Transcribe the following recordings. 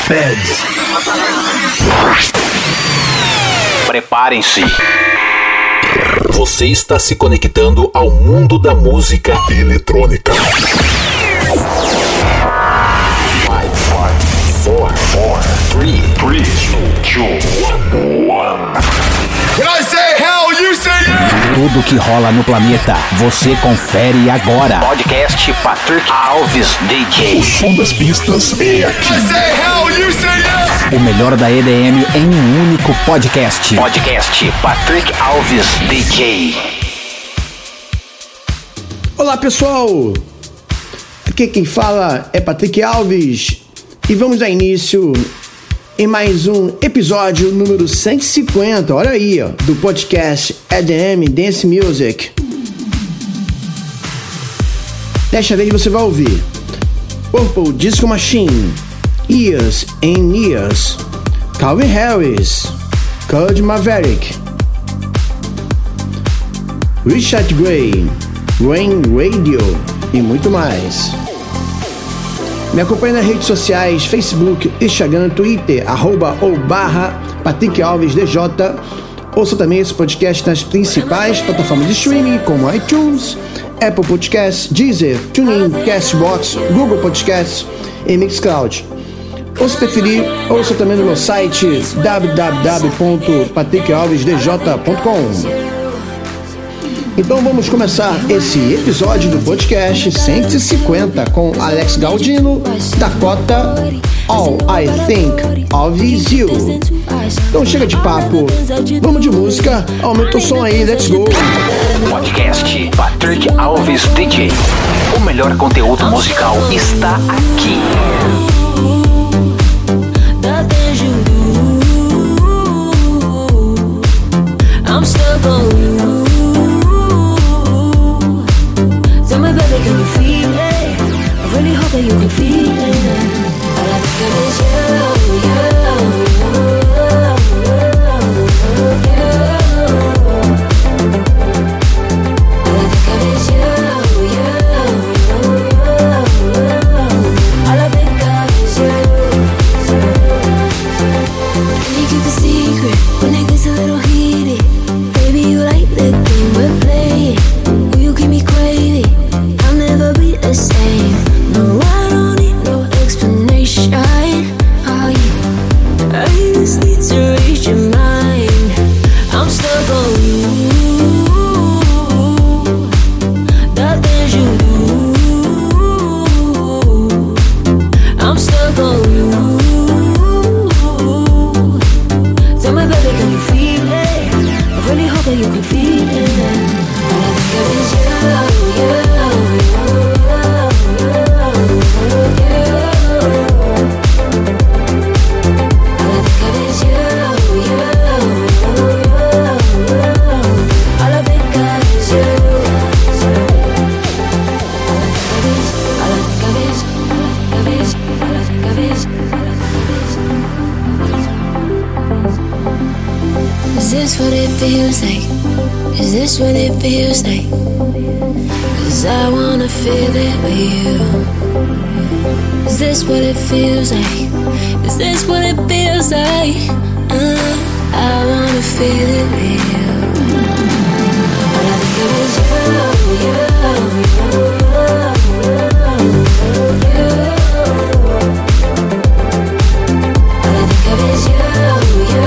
Feds. Preparem-se. Você está se conectando ao mundo da música eletrônica. 5, 4, 3, 2, 1. When I say hell, you say yeah! Tudo que rola no planeta, você confere agora. Podcast Patrick Alves DJ. O som das pistas é aqui. I say hell, you say yeah! O melhor da EDM em um único podcast. Podcast Patrick Alves DJ. Olá pessoal, aqui quem fala é Patrick Alves e vamos dar início em mais um episódio número 150, olha aí, ó, do podcast EDM Dance Music. Desta vez você vai ouvir Purple Disco Machine, Years and Years, Calvin Harris, Cold Maverick, Richard Gray, Rain Radio e muito mais. Me acompanhe nas redes sociais, Facebook, Instagram, Twitter, @/PatrickAlvesDJ. Ouça também esse podcast nas principais plataformas de streaming como iTunes, Apple Podcasts, Deezer, TuneIn, Castbox, Google Podcasts e Mixcloud. Ou se preferir, ouça também no meu site www.patrickalvesdj.com. Então vamos começar esse episódio do podcast 150 com Alex Gaudino, Dakota, All I Think of Is You. Então chega de papo, vamos de música, aumenta o som aí, let's go! Podcast Patrick Alves DJ. O melhor conteúdo musical está aqui. I'm stuck on you. Tell me, baby, can you feel it? I really hope that you can feel it. All I think is you, you, you, you. All I think is you, you, you, you. All I think is you. Can you keep a secret when it gets a little heated? Baby, you like the game we're playing. Will you keep me craving? I'll never be the same. No, I don't need no explanation. Oh, yeah. I just need to reach your mind. I'm stuck on you. The things you do. I'm stuck on you. Tell me, baby, can you feel it? I really hope that you can feel it. All I think of is you, you, you, you. All I think of is you, you, you, you. All I think of is you. All I think of is, all I think of is, all I think of is. Is this what it feels like? Is this what it feels like? 'Cause I wanna feel it with you. Is this what it feels like? Is this what it feels like? I wanna feel it with you. All I think of is you, you, you, you. All I think of is you, you.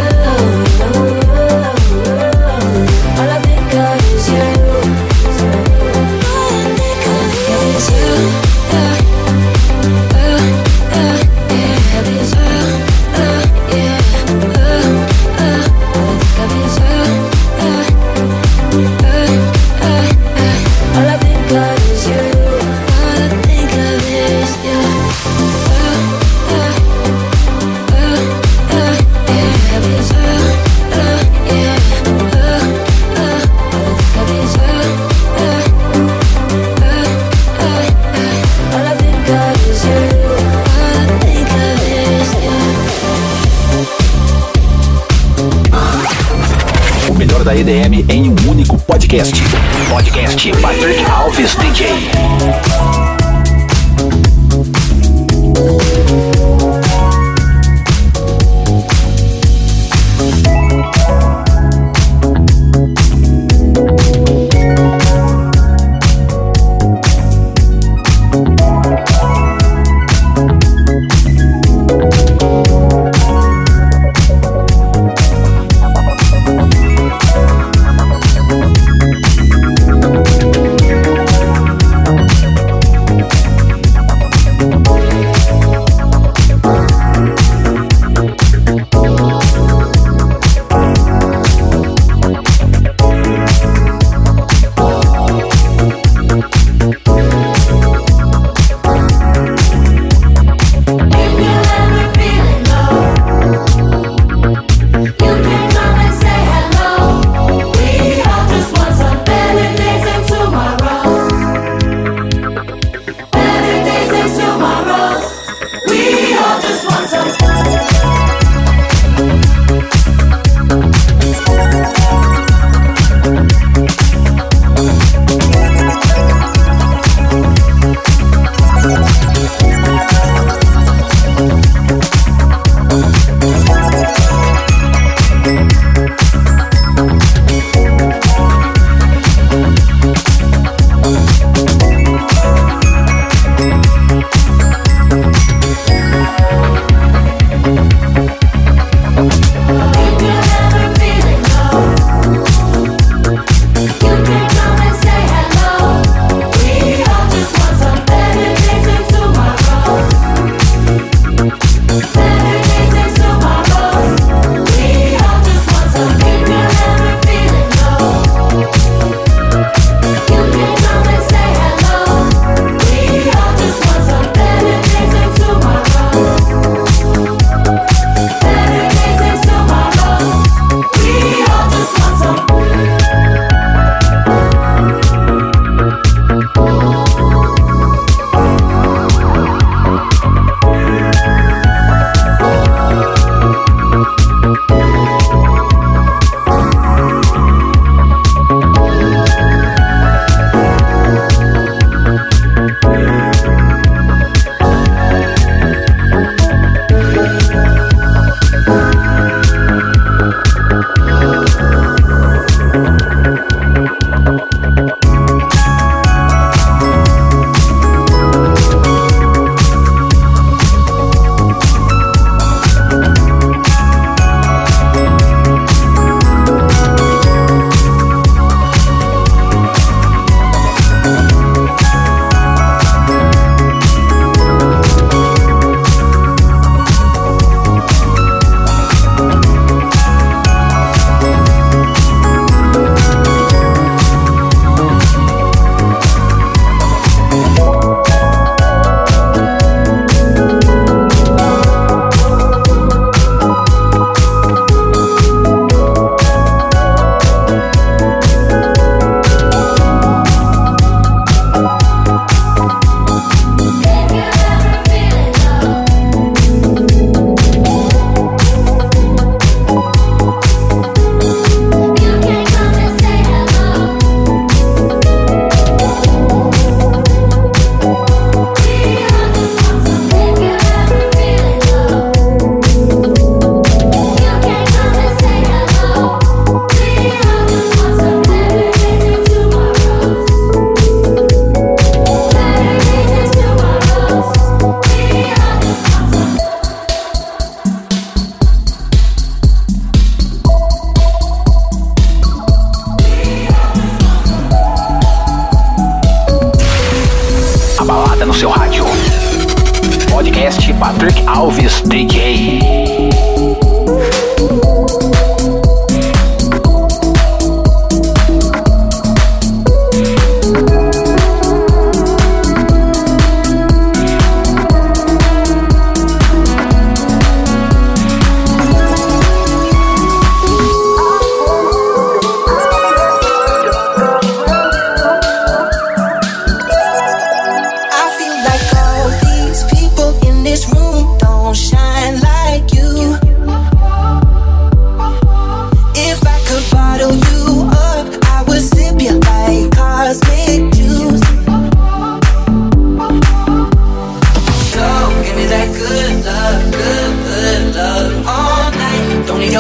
All I think of is you. All I think of is you. All I think of is you. All I think of is you. O melhor da EDM em um único podcast. Podcast Patrick Alves DJ.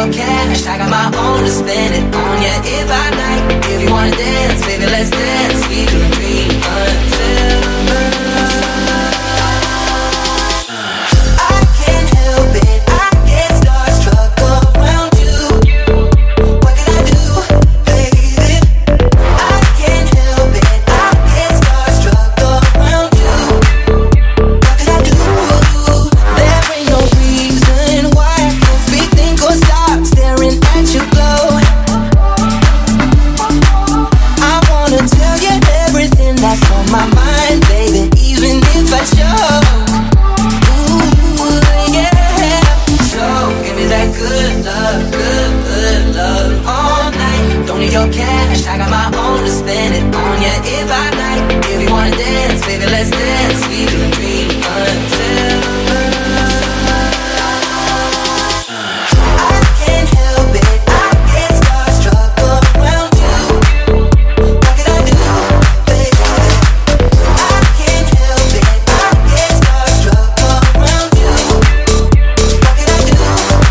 your cash, I got my own to spend it on ya. If I like, if you wanna dance, baby, let's dance. We can dream until I can't help it, I get starstruck around you. What can I do, baby? I can't help it, I get starstruck around you. What can I do? There ain't no reason why I can't speak, think or stop staring at you glow. I wanna tell you everything that's on my mind, baby, even if I choke. Ooh, yeah. So give me that good love, good love all night. Don't need your cash, I got my own to spend it on ya. If I like, if you wanna dance, baby, let's dance. We can dream until I can't help it, I get starstruck around you. What can I do, baby? I can't help it, I get starstruck around you. What can I do?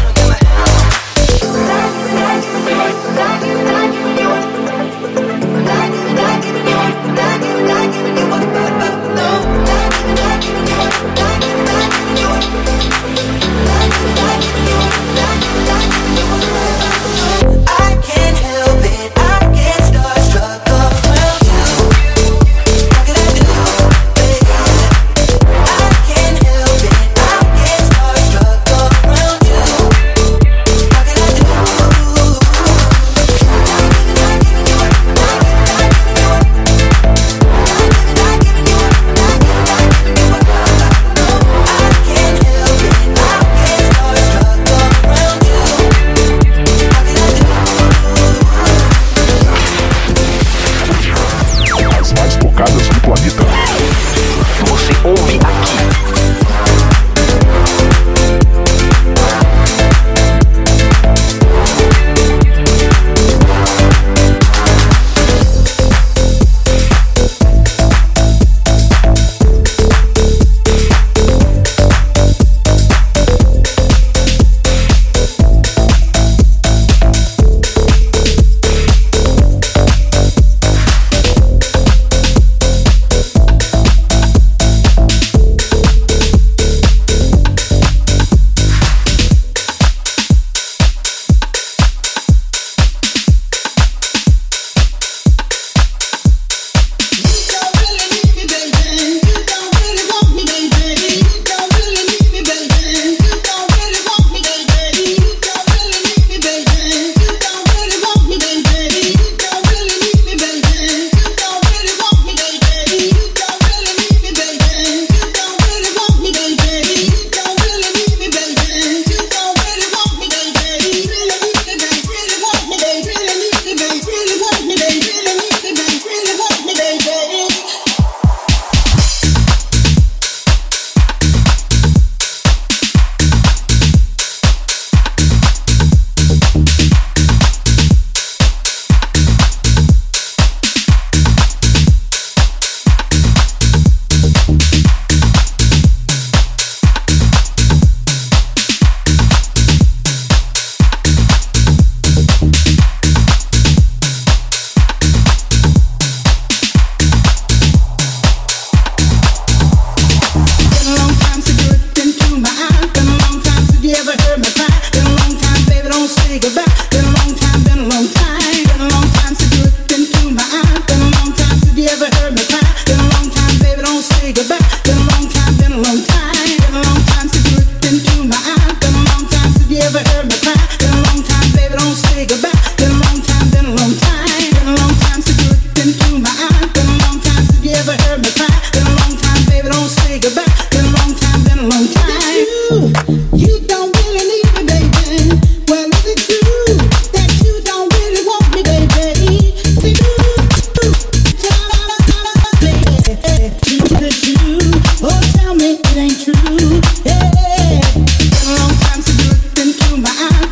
I can't help it, I get starstruck around you. What can I do, baby? I can't help it, I get starstruck around you. What can I do? As mais tocadas do planeta. Você ouve aqui. It ain't true. Yeah. Been a long time since you looked into my eyes.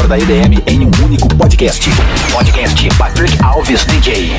da EDM em um único podcast. Podcast Patrick Alves DJ.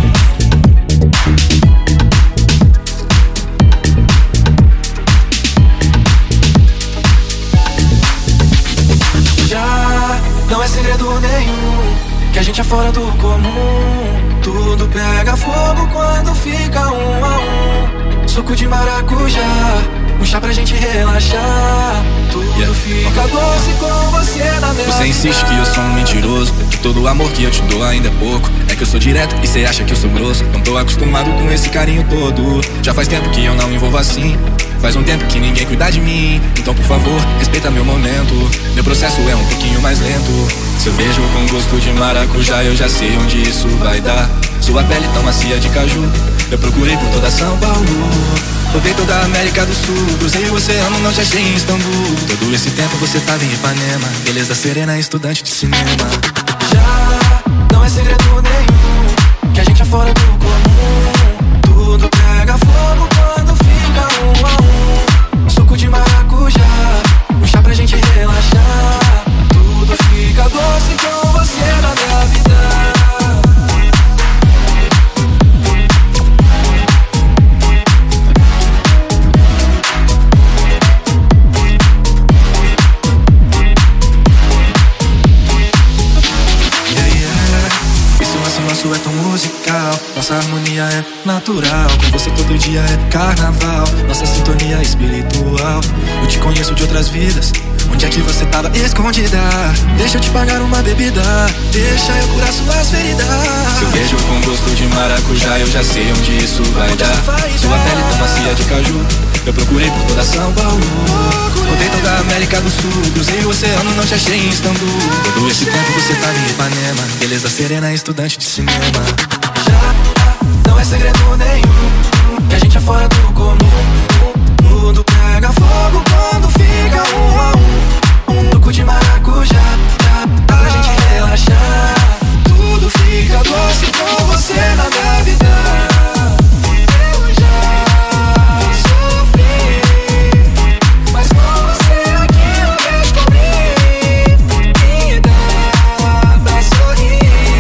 Já não é segredo nenhum que a gente é fora do comum. Tudo pega fogo quando fica 1 a 1. Suco de maracujá, um chá pra gente relaxar. Tudo fica doce com você na minha Você insiste que eu sou um mentiroso, que todo o amor que eu te dou ainda é pouco. É que eu sou direto e cê acha que eu sou grosso. Não tô acostumado com esse carinho todo. Já faz tempo que eu não me envolvo assim. Faz um tempo que ninguém cuida de mim. Então por favor, respeita meu momento. Meu processo é um pouquinho mais lento. Seu beijo com gosto de maracujá, eu já sei onde isso vai dar. Sua pele tão macia de caju, eu procurei por toda São Paulo. Rodei toda a América do Sul, cruzei o oceano, não te achei em Istambul. Todo esse tempo você tava em Ipanema, beleza serena, estudante de cinema. Já não é segredo nenhum que a gente é fora do comum. Tudo pega fogo quando fica 1 a 1. Suco de maracujá, um chá pra gente relaxar. Tudo fica doce com você na minha vida. Nosso é tão musical, nossa harmonia é natural. Com você todo dia é carnaval, nossa sintonia é espiritual. Eu te conheço de outras vidas, onde é que você tava escondida? Deixa eu te pagar uma bebida, deixa eu curar suas feridas. Seu beijo com gosto de maracujá, eu já sei onde isso vai dar. Sua pele tão macia de caju, eu procurei por toda São Paulo. Rodei toda a América do Sul, cruzei o oceano, não te achei em Istambul. Todo esse tempo você tava em Ipanema, beleza serena, estudante de cinema. Já não é segredo nenhum que a gente é fora do comum. Tudo pega fogo quando fica 1 a 1. Suco de maracujá, pra gente relaxar. Tudo fica doce com você na minha vida. Eu já sofri, mas com você aqui eu descobri. Me dá pra sorrir.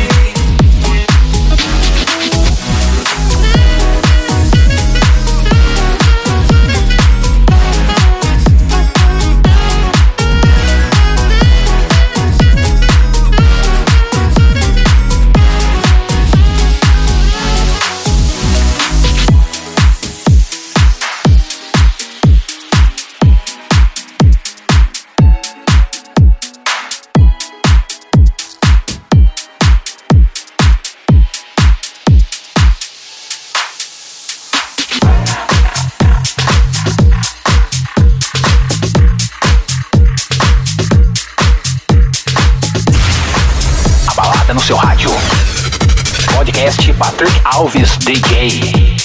No seu rádio. Podcast Patrick Alves DJ.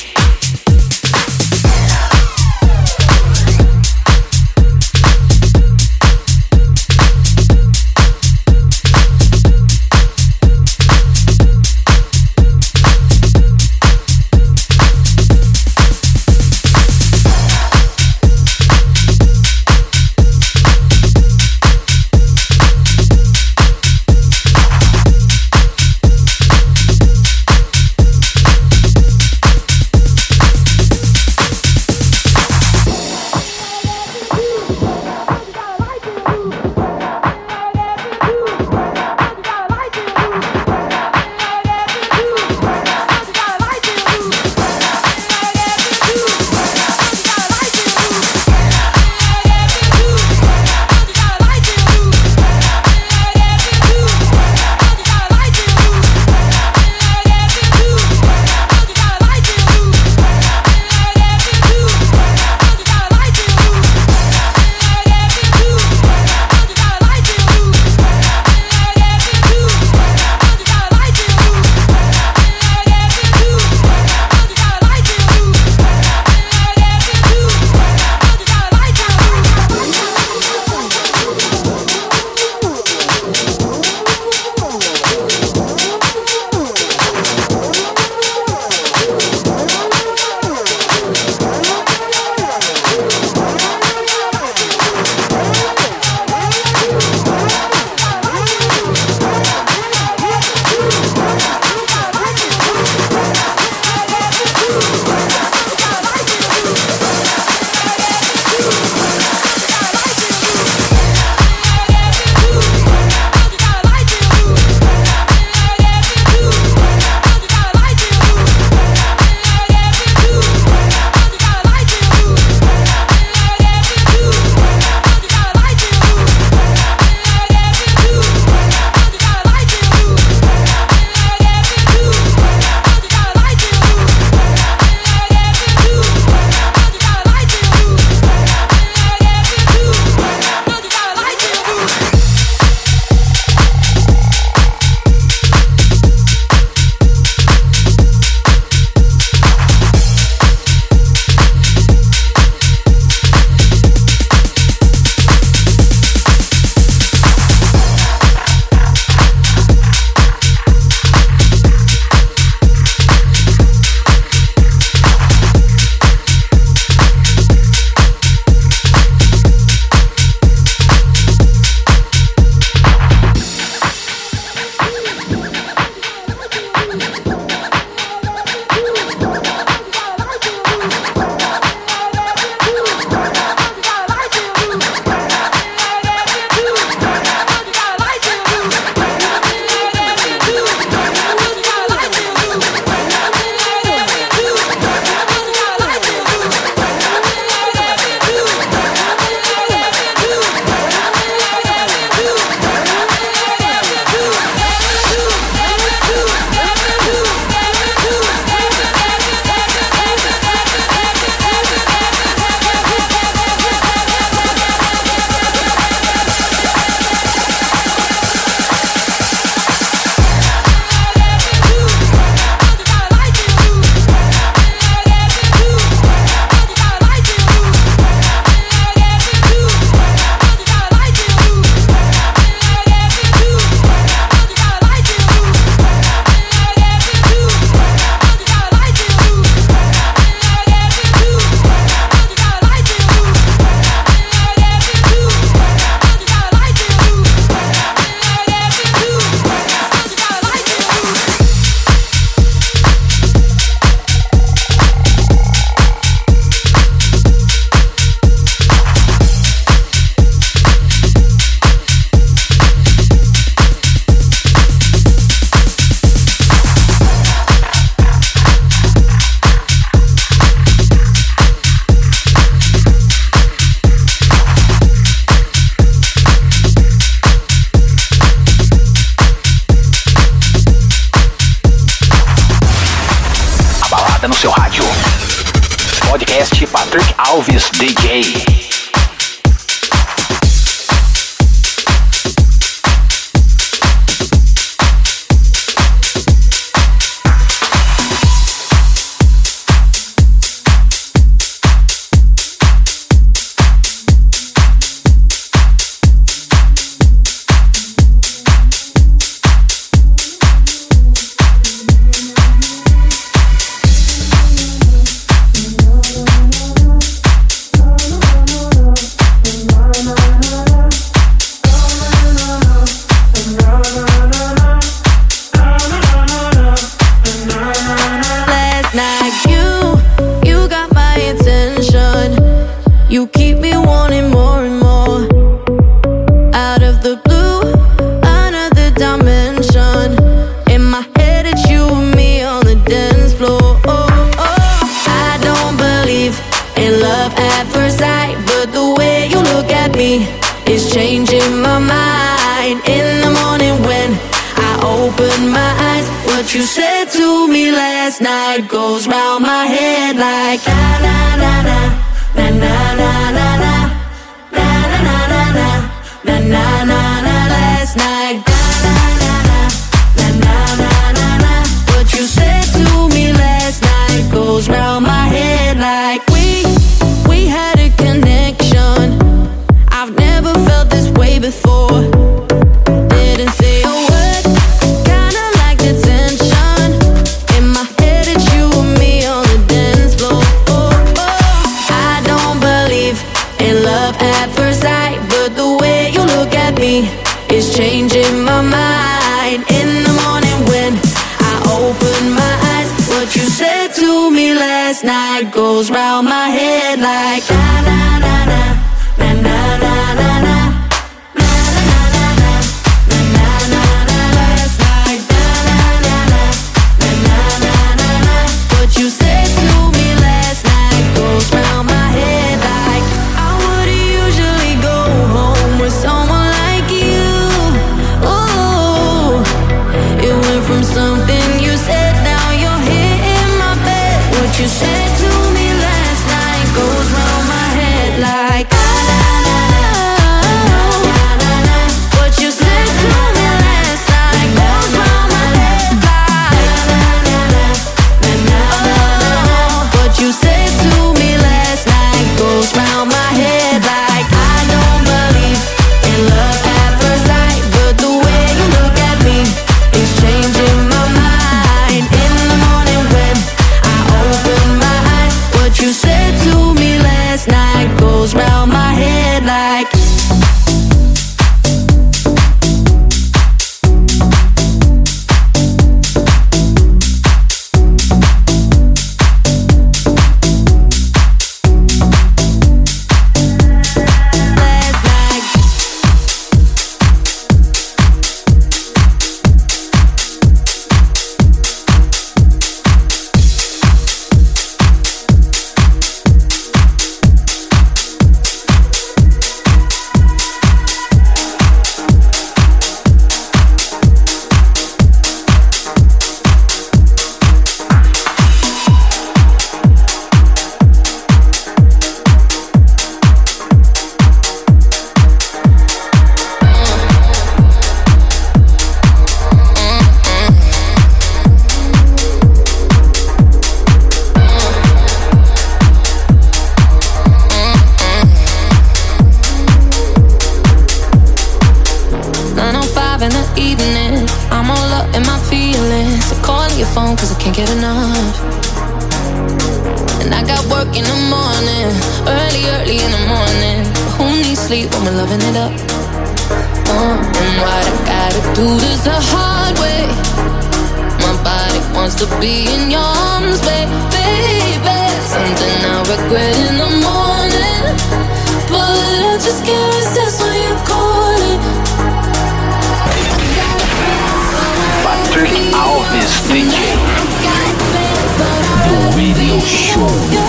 no seu rádio. Podcast Patrick Alves DJ. It's changing my mind. In the morning when I open my eyes, what you said to me last night goes round my head like na na na na na na na na na na na na na na na na. Last night na na na na na na. What you said to me last night goes round my head like we had a connection. I've never felt this way before. Didn't say a word, kinda like the tension. In my head it's you and me on the dance floor. I don't believe in love at first sight, but the way you look at me is changing my mind. In the morning when I open my eyes, what you said to me last night goes round my head like na na na na. Na na na na na. You said to me last night goes round my head like what you said to me last night goes round my head like what you said to me last night goes round my head like I don't believe in love at first sight, but the way you look at me is changing my mind. In the morning when I open my eyes, what you said to me last night goes round my head like Patrick Alves DJ. The Radio Show.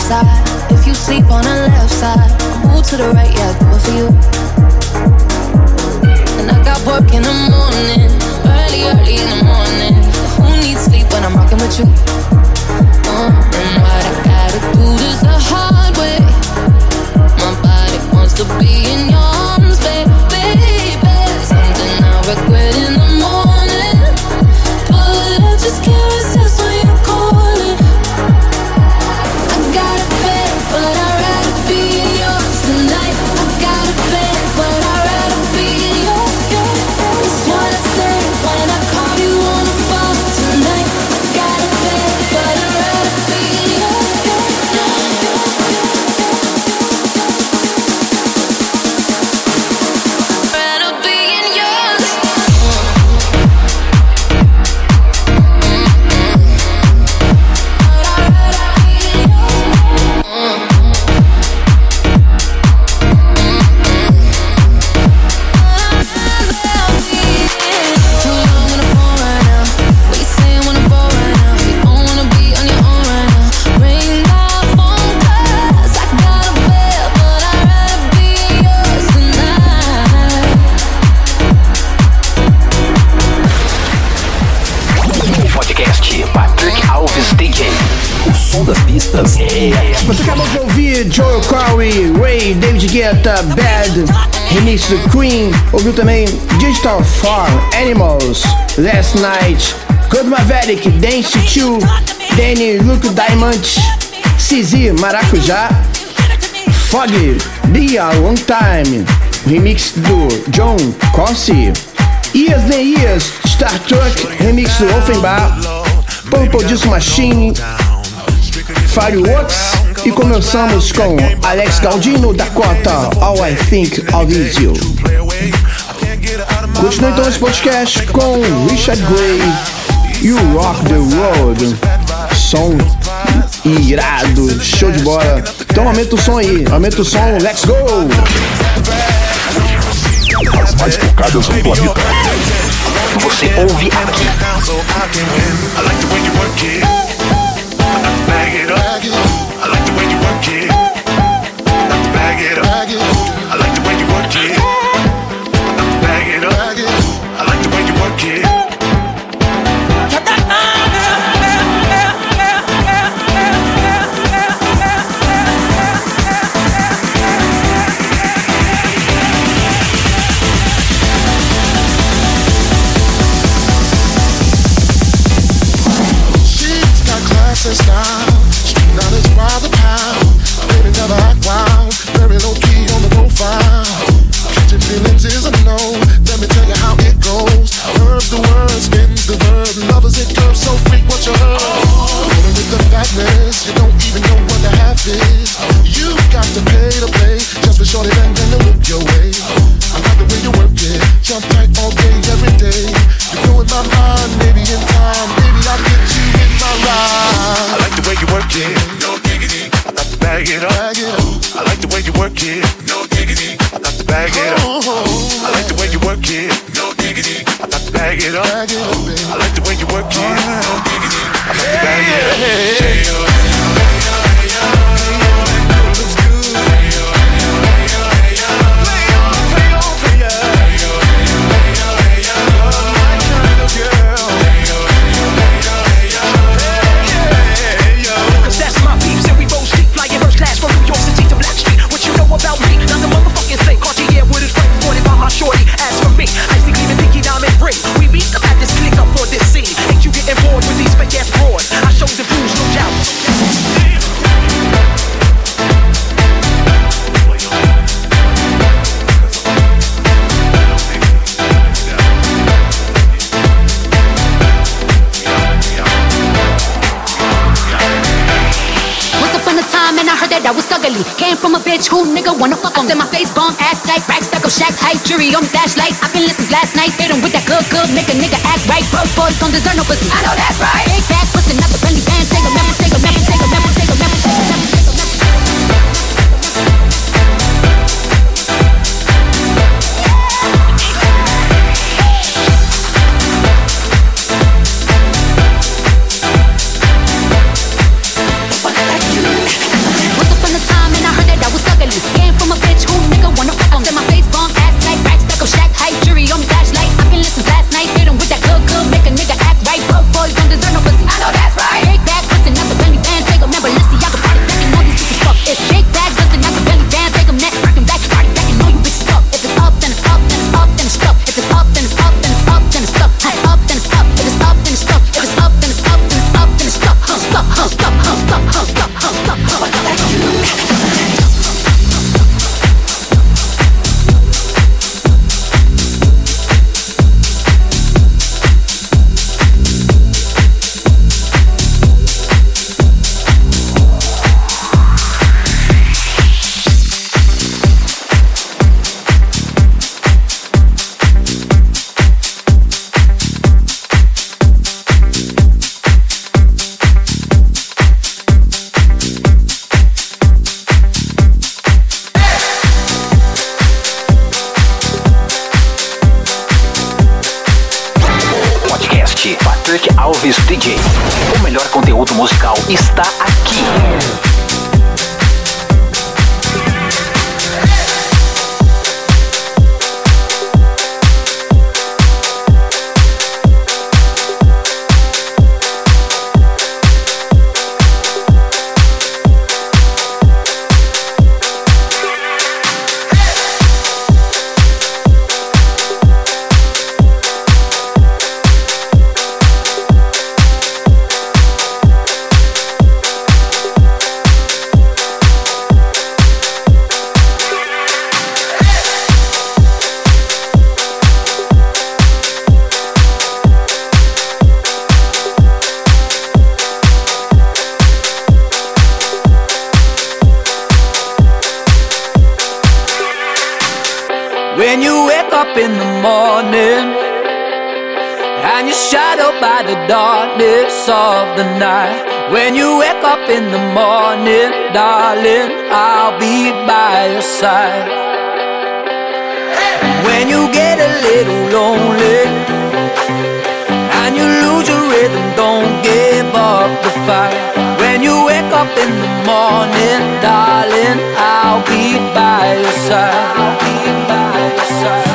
side. If you sleep on the left side, move to the right, yeah, do it for you. And I got work in the morning, early in the morning. Who needs sleep when I'm rocking with you? And what I gotta do this the hard way. My body wants to be in your arms, baby. Something I regret in the morning, but I just can't resist when you're calling. I got a bed, but I'd rather be yours tonight. I got a bed, but I'd rather be yours. That's what I say when I call you on the phone tonight. I got a bed, but I'd rather be yours. Rather be in yours. Podcast Patrick Alves DJ. O som das pistas é Você acabou de ouvir Joel Corey, Ray, David Guetta, Bad, remix do Queen. Ouviu também Digital Farm, Animals, Last Night, Good Maverick, Dance 2, Danny, Luke Diamond, CZ, Maracujá, Fog, Be A Long Time, remix do John Corsi, Years and Years, Star Trek, remix do Offenbach, Purple Disco Machine, Fireworks, e começamos com Alex Gaudino, Dakota, All I Think Of Is You. Continue então esse podcast com Richard Gray, You Rock The Road. Som irado, show de bola. Então aumenta o som aí, aumenta o som, let's go! As mais tocadas do planeta. Você ouve aqui. Style, street knowledge by the pound. Baby never act wild, very low key on the profile. Catching feelings is a no. Let me tell you how it goes. Verb the word, spin the verb. Lovers it curves so freak what you heard. Rolling with the fatness, you don't even know what the half is. You got to pay to play, just for shorty and then to look your way. I like the way you work it, jump tight all day, every day. You blow in my mind, maybe in time, maybe I'll get you in my ride. I like the way you work it, no diggity. I got to bag it up. I like the way you work it, no diggity. I got to bag it up. I like the way you work it, no diggity. I got to bag it up. I like the way you work it, no diggity. I got to bag it up. About me, not the motherfucking thing. Cartier with his friends, pointed by my shorty. As for me, I see gleaming pinky diamond ring. We beat the baddest click up on this scene. Ain't you getting bored with these fake ass broads? I shows and proves, no doubt. I was ugly, came from a bitch who nigga wanna fuck on. I said my face bomb, ass tight, rack stack of shack height, jury on flashlight. I've been listening last night, hit him with that good, make a nigga act right. Broke boys don't deserve no pussy. I know that's right. Big fat pussy, not the Bentley band. Take a member, take a member, take a member, take a member, take a member, take a member. Alves DJ. O melhor conteúdo musical está aqui. When you wake up in the morning and you're shadowed by the darkness of the night. When you wake up in the morning, darling, I'll be by your side. When you get a little lonely and you lose your rhythm, don't give up the fight. When you wake up in the morning, darling, I'll be by your side. I'll be by your side.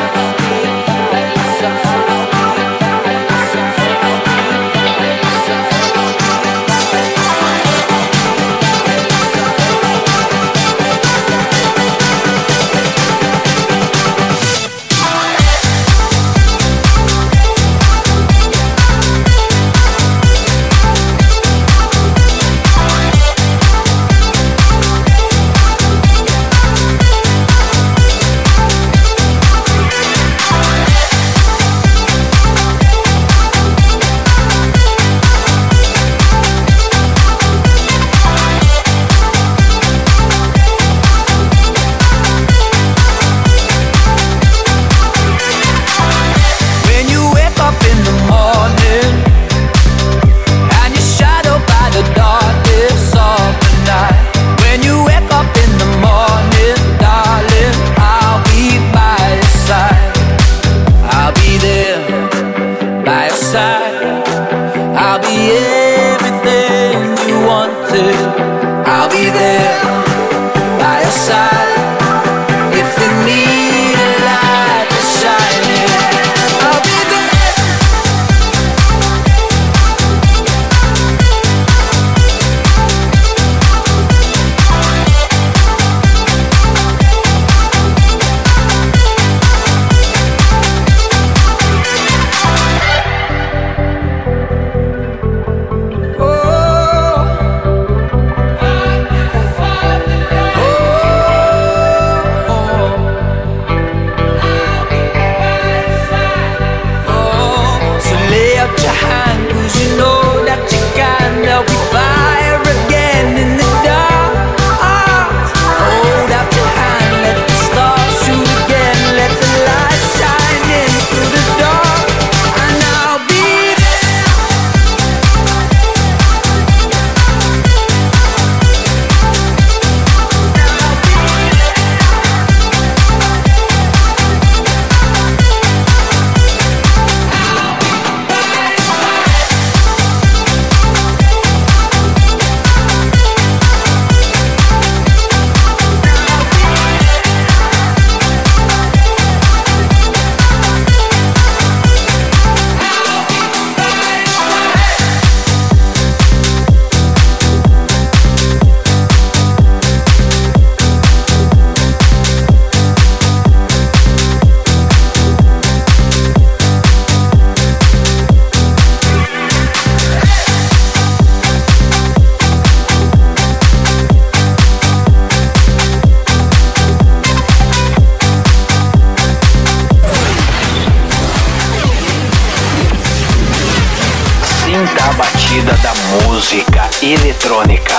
Música eletrônica.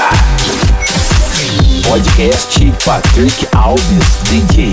Podcast Patrick Alves DJ.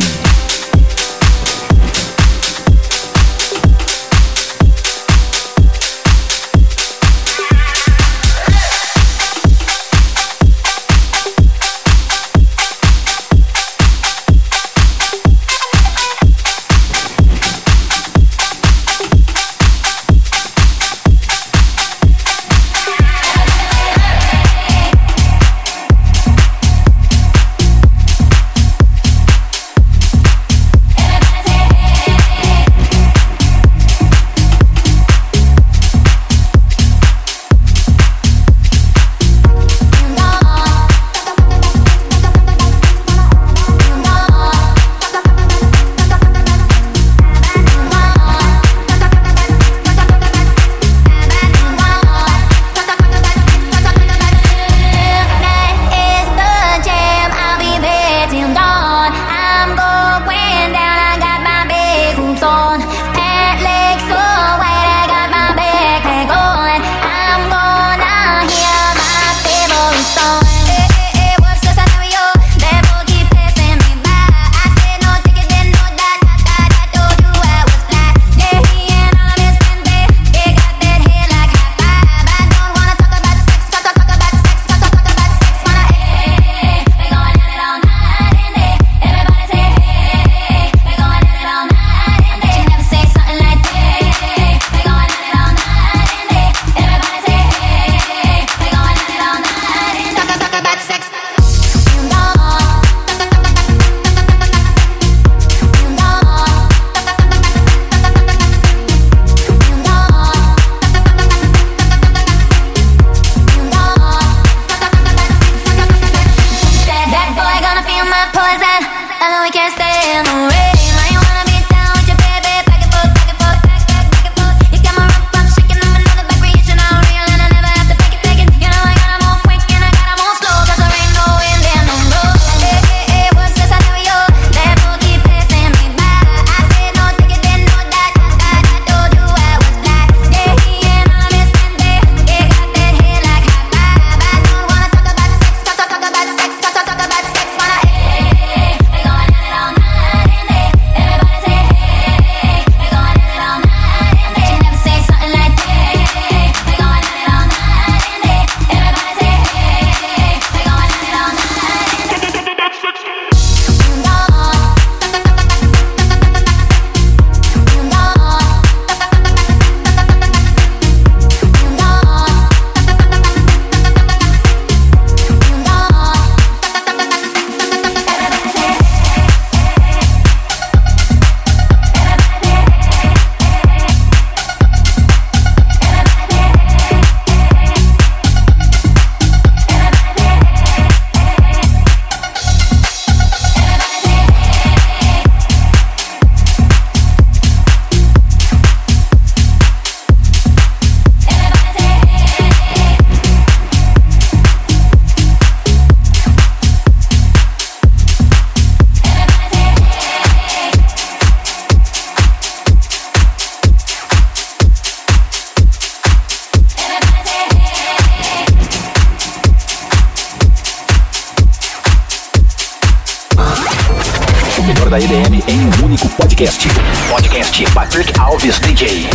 da EDM em um único podcast. Podcast Patrick Alves DJ.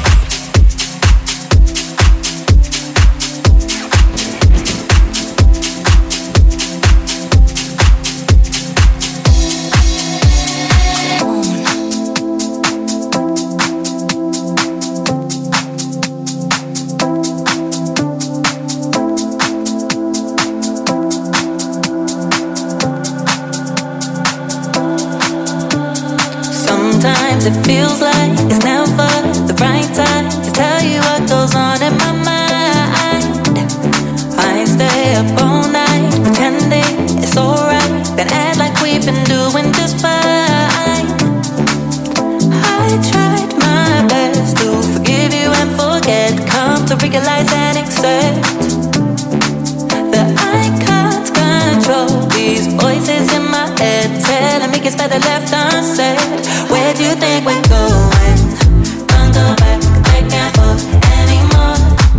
It feels like it's never the right time to tell you what goes on in my mind. I stay up all night pretending it's alright, then act like we've been doing just fine. I tried my best to forgive you and forget, come to realize and accept that I can't control these voices in my head telling me it's better left unsaid. Where do you think we're going? Don't go back and forth anymore.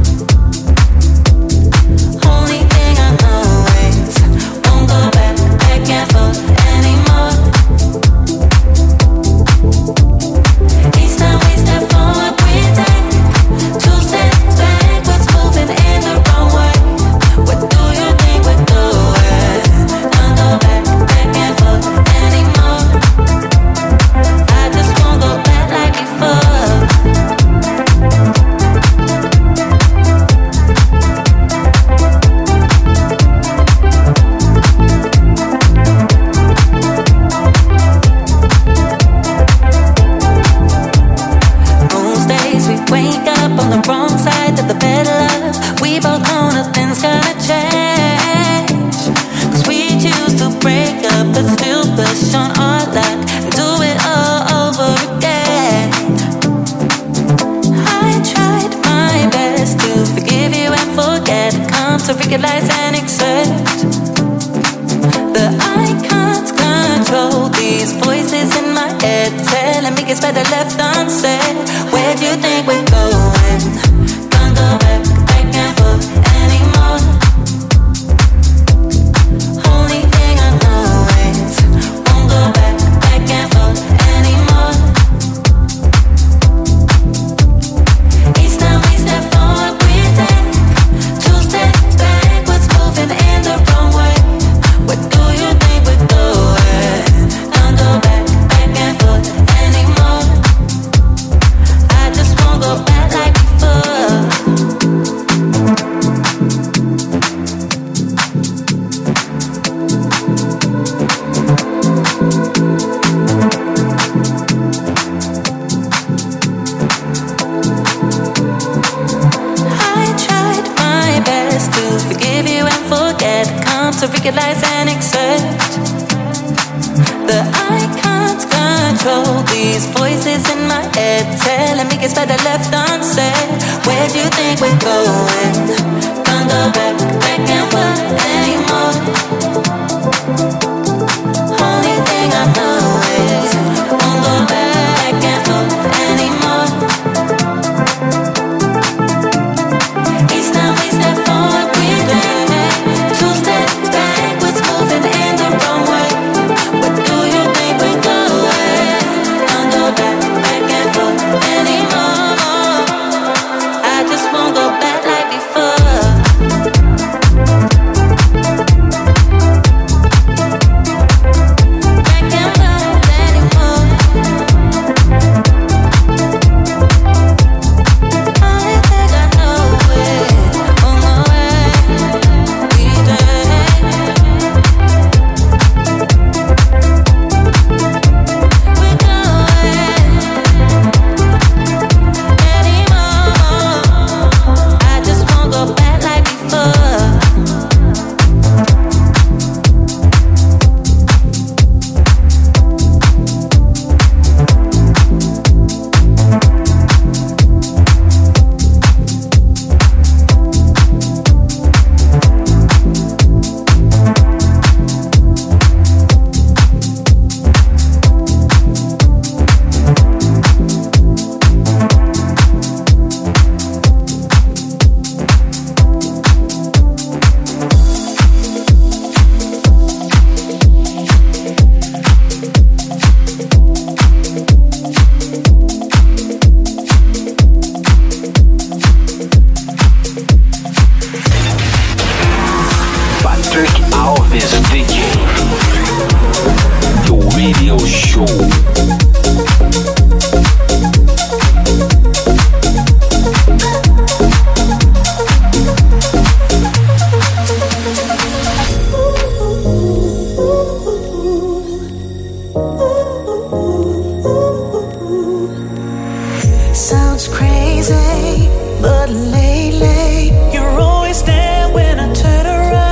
Only thing I know is won't go back and forth anymore. Each time we step forward, we take 2 steps backwards, moving in the wrong way. Where do you think we're going? Don't go back and forth anymore. I just won't go back like before. Most days we wake up on the wrong side of the bed, love. We both know nothing's gonna change, 'cause we choose to break up but still push on our luck and do it all over again. I tried my best to forgive you and forget, come to realize and accept that I can't control these voices in my head telling me it's better left unsaid. Where do you think we're going? Don't go back and forth anymore. to realize and accept that I can't control these voices in my head telling me it's better left unsaid. Where do you think we're going? Can't go back and forth anymore. Only thing I know is won't go back and forth anymore. Each time we step forward, we take 2 steps backwards, moving in the wrong way. Where do you think we're going? Can't go back and forth anymore. I just won't go back like before.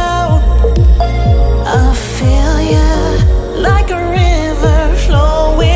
Like a river flowing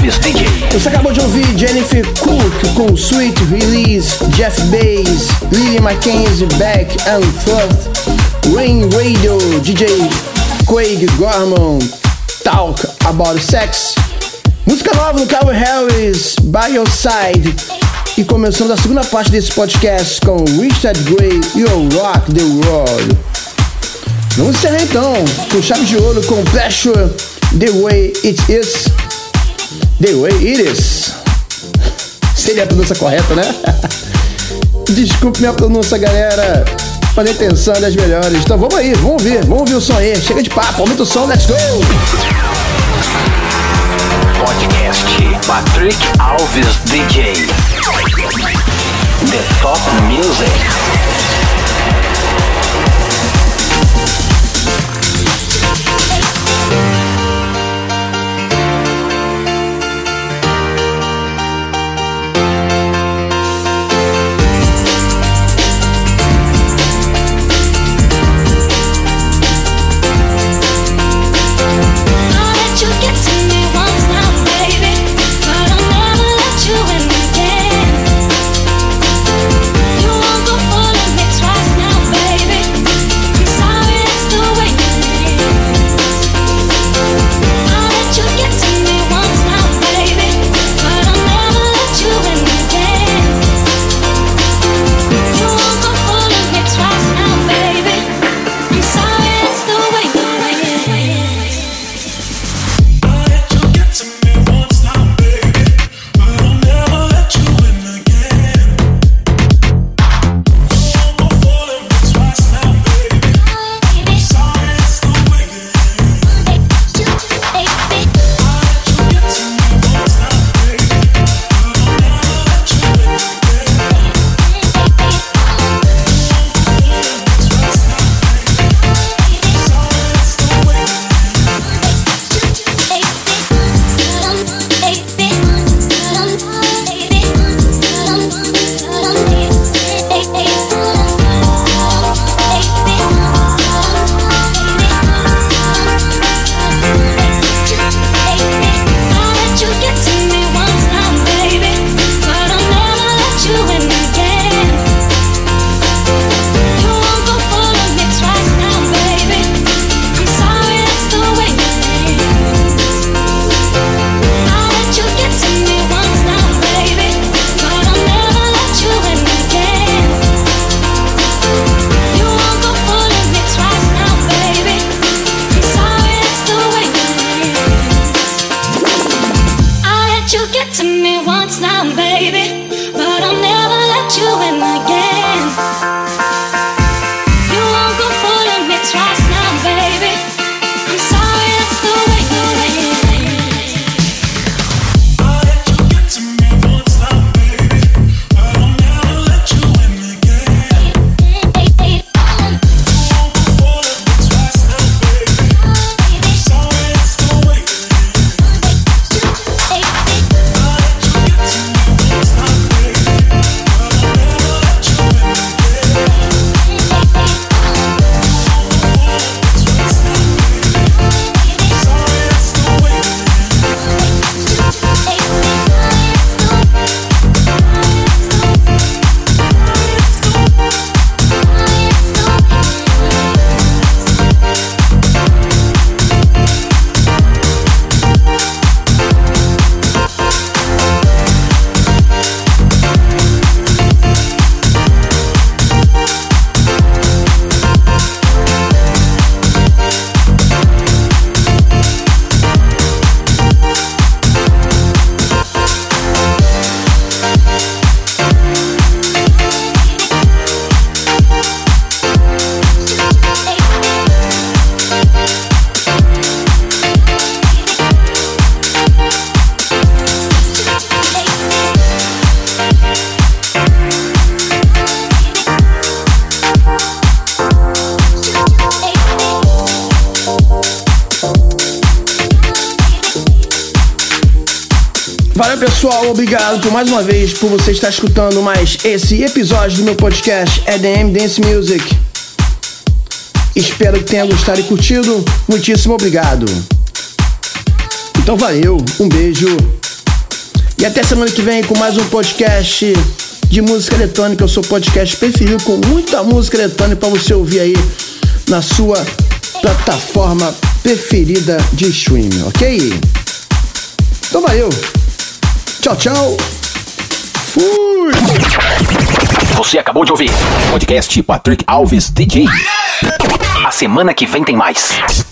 Alves DJ. Você acabou de ouvir Jennifer Cook com Sweet Release, Jeff Bass, Lily Mackenzie, Back and Forth, Rain Radio, DJ Craig Gorman, Talk About Sex. Música nova do Calvin Harris, By Your Side. E começamos a segunda parte desse podcast com Richard Gray, You Rock the World. Vamos encerrar então com chave de ouro com Pleasure, The Way It Is. The Way It Is. Seria a pronúncia correta, né? Desculpe minha pronúncia, galera, mas a intenção é das melhores. Então vamos aí, vamos ouvir o som aí. Chega de papo, aumenta o som, let's go! Podcast Patrick Alves DJ. The Top Music. Valeu, pessoal, obrigado por mais uma vez por você estar escutando mais esse episódio do meu podcast EDM Dance Music. Espero que tenha gostado e curtido. Muitíssimo obrigado. Então valeu, um beijo E até semana que vem com mais um podcast de música eletrônica. Eu sou o podcast preferido com muita música eletrônica para você ouvir aí na sua plataforma preferida de streaming, ok? Então valeu. Tchau, tchau. Fui. Você acabou de ouvir podcast Patrick Alves DJ. A semana que vem tem mais.